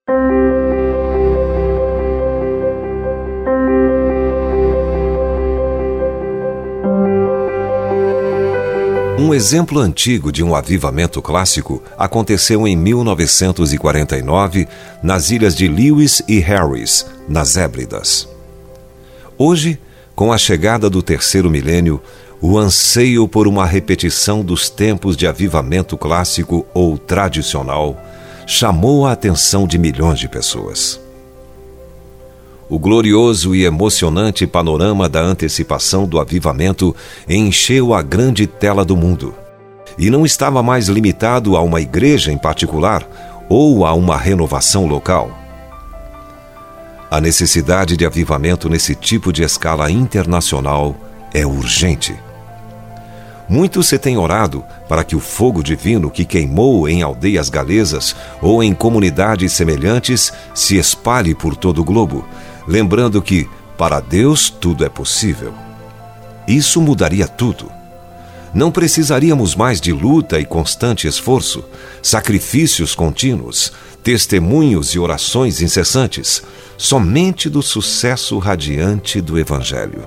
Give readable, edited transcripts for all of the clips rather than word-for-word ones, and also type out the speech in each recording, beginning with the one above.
Um exemplo antigo de um avivamento clássico aconteceu em 1949 nas ilhas de Lewis e Harris, nas Hébridas. Hoje, com a chegada do terceiro milênio, o anseio por uma repetição dos tempos de avivamento clássico ou tradicional chamou a atenção de milhões de pessoas. O glorioso e emocionante panorama da antecipação do avivamento encheu a grande tela do mundo. E não estava mais limitado a uma igreja em particular ou a uma renovação local. A necessidade de avivamento nesse tipo de escala internacional é urgente. Muito se tem orado para que o fogo divino que queimou em aldeias galesas ou em comunidades semelhantes se espalhe por todo o globo, lembrando que, para Deus, tudo é possível. Isso mudaria tudo. Não precisaríamos mais de luta e constante esforço, sacrifícios contínuos, testemunhos e orações incessantes, somente do sucesso radiante do Evangelho.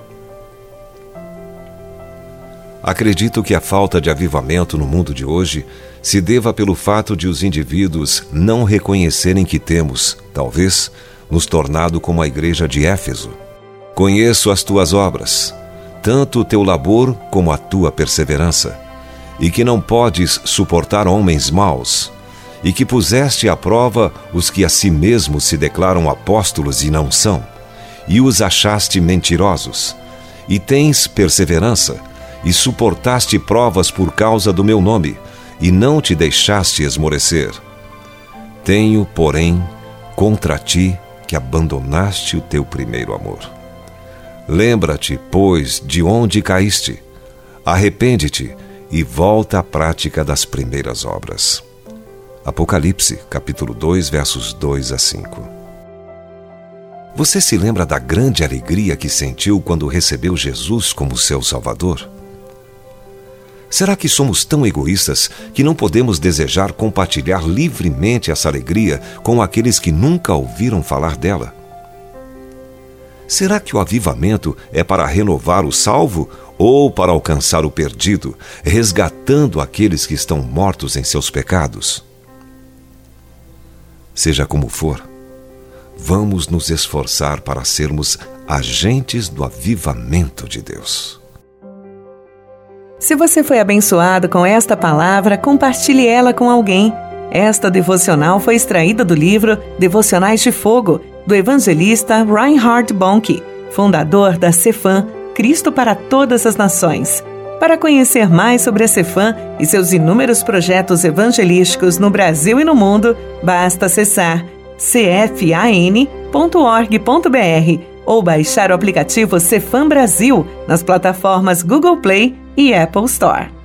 Acredito que a falta de avivamento no mundo de hoje se deva pelo fato de os indivíduos não reconhecerem que temos, talvez, nos tornado como a igreja de Éfeso. Conheço as tuas obras, tanto o teu labor como a tua perseverança, e que não podes suportar homens maus, e que puseste à prova os que a si mesmos se declaram apóstolos e não são, e os achaste mentirosos, e tens perseverança, e suportaste provas por causa do meu nome, e não te deixaste esmorecer. Tenho, porém, contra ti que abandonaste o teu primeiro amor. Lembra-te, pois, de onde caíste. Arrepende-te e volta à prática das primeiras obras. Apocalipse, capítulo 2, versos 2 a 5. Você se lembra da grande alegria que sentiu quando recebeu Jesus como seu Salvador? Será que somos tão egoístas que não podemos desejar compartilhar livremente essa alegria com aqueles que nunca ouviram falar dela? Será que o avivamento é para renovar o salvo ou para alcançar o perdido, resgatando aqueles que estão mortos em seus pecados? Seja como for, vamos nos esforçar para sermos agentes do avivamento de Deus. Se você foi abençoado com esta palavra, compartilhe ela com alguém. Esta devocional foi extraída do livro Devocionais de Fogo, do evangelista Reinhard Bonnke, fundador da CFAM, Cristo para Todas as Nações. Para conhecer mais sobre a CFAM e seus inúmeros projetos evangelísticos no Brasil e no mundo, basta acessar cfan.org.br ou baixar o aplicativo CFAM Brasil nas plataformas Google Play e Apple Store.